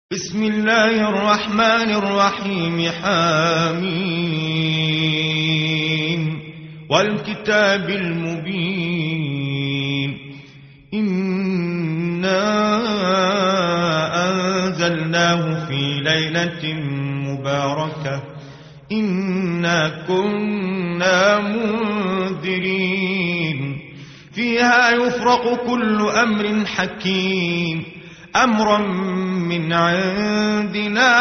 بسم الله الرحمن الرحيم. حميم والكتاب المبين. إنا أنزلناه في ليلة مباركة إنا كنا منذرين فيها يفرق كل أمر حكيم أمرا من عندنا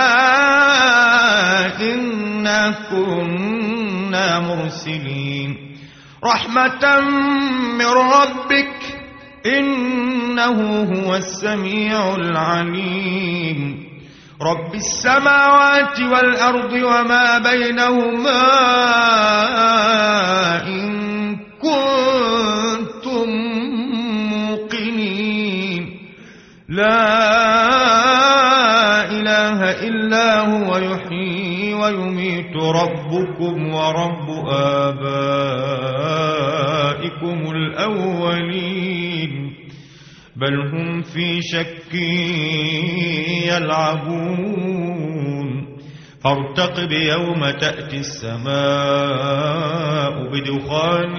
إنا كنا مرسلين رحمة من ربك إنه هو السميع العليم رب السماوات والأرض وما بينهما إن كنتم موقنين لا إله إلا هو يحيي ويميت ربكم ورب آبائكم الأولين بل هم في شك يلعبون فارتقب يوم تأتي السماء بدخان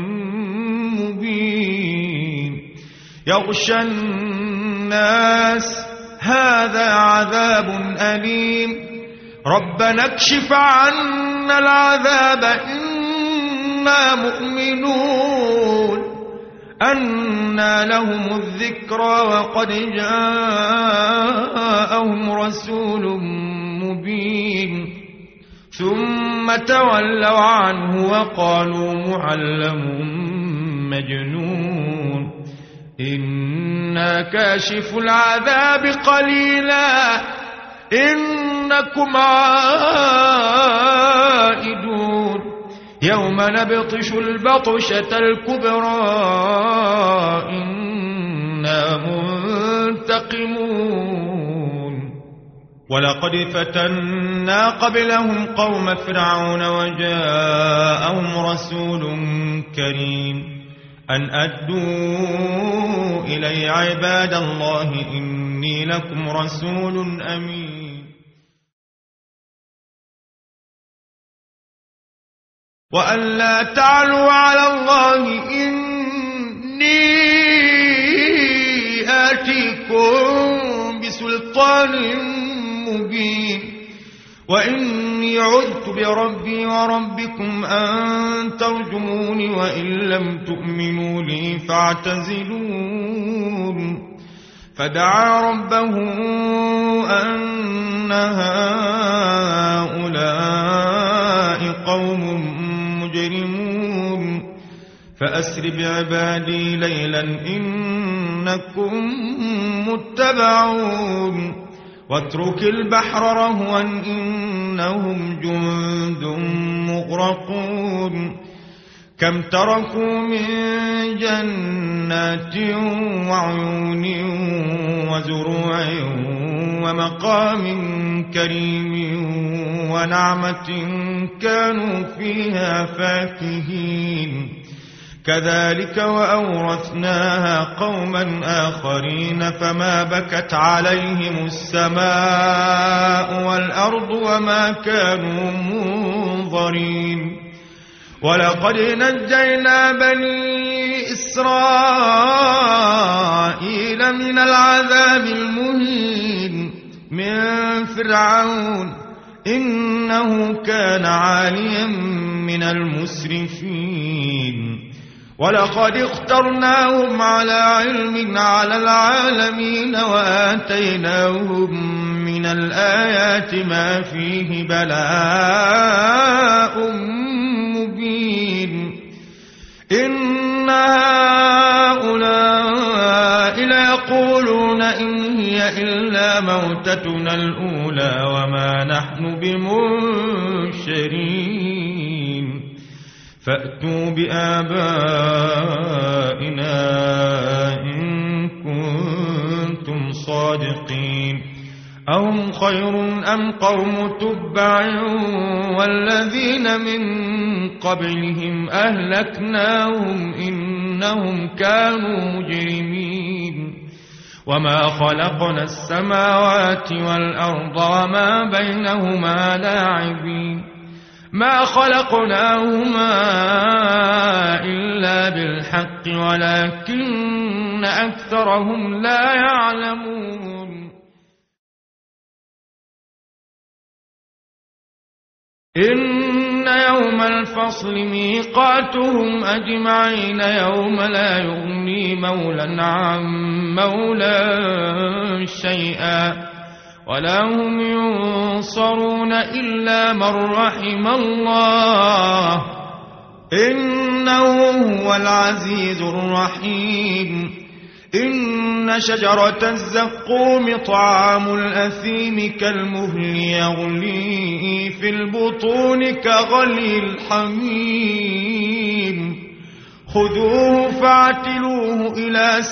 مبين يغشى الناس هذا عذاب أليم ربنا اكشف عنا العذاب إنا مؤمنون أنى لهم الذكرى وقد جاءهم رسول مبين ثم تولوا عنه وقالوا معلم مجنون إنا كاشف العذاب قليلا إنكم عائدون يوم نبطش البطشة الكبرى إنا منتقمون ولقد فتنا قبلهم قوم فرعون وجاءهم رسول كريم أن أدوا إلي عباد الله إني لكم رسول أمين وأن لا تعلوا على الله إني آتيكم بسلطان مبين وإني عذت بربي وربكم أن ترجموني وإن لم تؤمنوا لي فاعتزلون فدعا ربه أن هؤلاء قوم مجرمون فأسر بعبادي ليلا إنكم متبعون واترك البحر رهوا إنهم جند مغرقون كم تركوا من جنات وعيون وزروع ومقام كريم ونعمة كانوا فيها فاكهين كذلك وأورثناها قوما آخرين فما بكت عليهم السماء والأرض وما كانوا منظرين ولقد نجينا بني إسرائيل من العذاب المهين من فرعون إنه كان عاليا من المسرفين ولقد اخترناهم على علم على العالمين وآتيناهم من الآيات ما فيه بلاء مبين إن هؤلاء ليقولون إن هي إلا موتتنا الأولى وما نحن بمنشرين فأتوا بآبائنا إن كنتم صادقين أهم خير أم قوم تبع والذين من قبلهم أهلكناهم إنهم كانوا مجرمين وما خلقنا السماوات والأرض وما بينهما لاعبين ما خلقناهما إلا بالحق ولكن أكثرهم لا يعلمون إن يوم الفصل ميقاتهم أجمعين يوم لا يغني مولا عن مولا شيئا ولا هم ينصرون إلا من رحم الله إنه هو العزيز الرحيم إن شجرة الزقوم طعام الأثيم كالمهل يغلي في البطون كغلي الحميم خذوه فاعتلوه إلى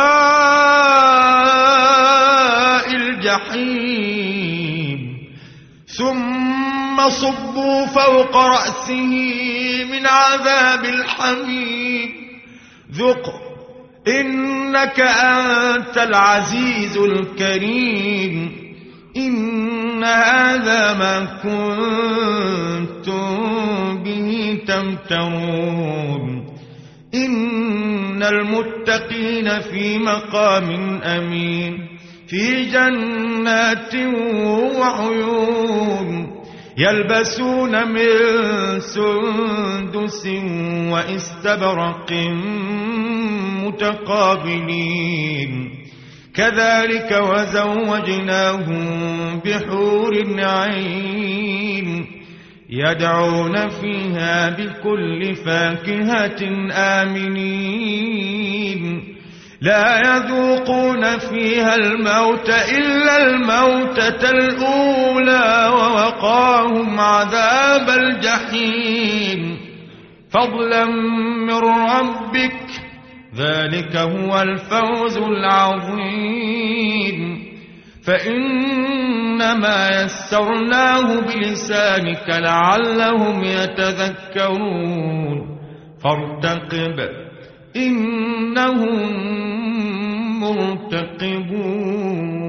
سواء الجحيم ثم صبوا فوق رأسه من عذاب الحميم ذق إنك أنت العزيز الكريم إن هذا ما كنتم به تمترون إن المتقين في مقام أمين في جنات وعيون يلبسون من سندس واستبرق متقابلين كذلك وزوجناهم بحور عين يدعون فيها بكل فاكهة آمنين لا يذوقون فيها الموت إلا الموتة الأولى ووقاهم عذاب الجحيم فضلا من ربك ذلك هو الفوز العظيم فإنما يسرناه بلسانك لعلهم يتذكرون فارتقب إنهم مرتقبون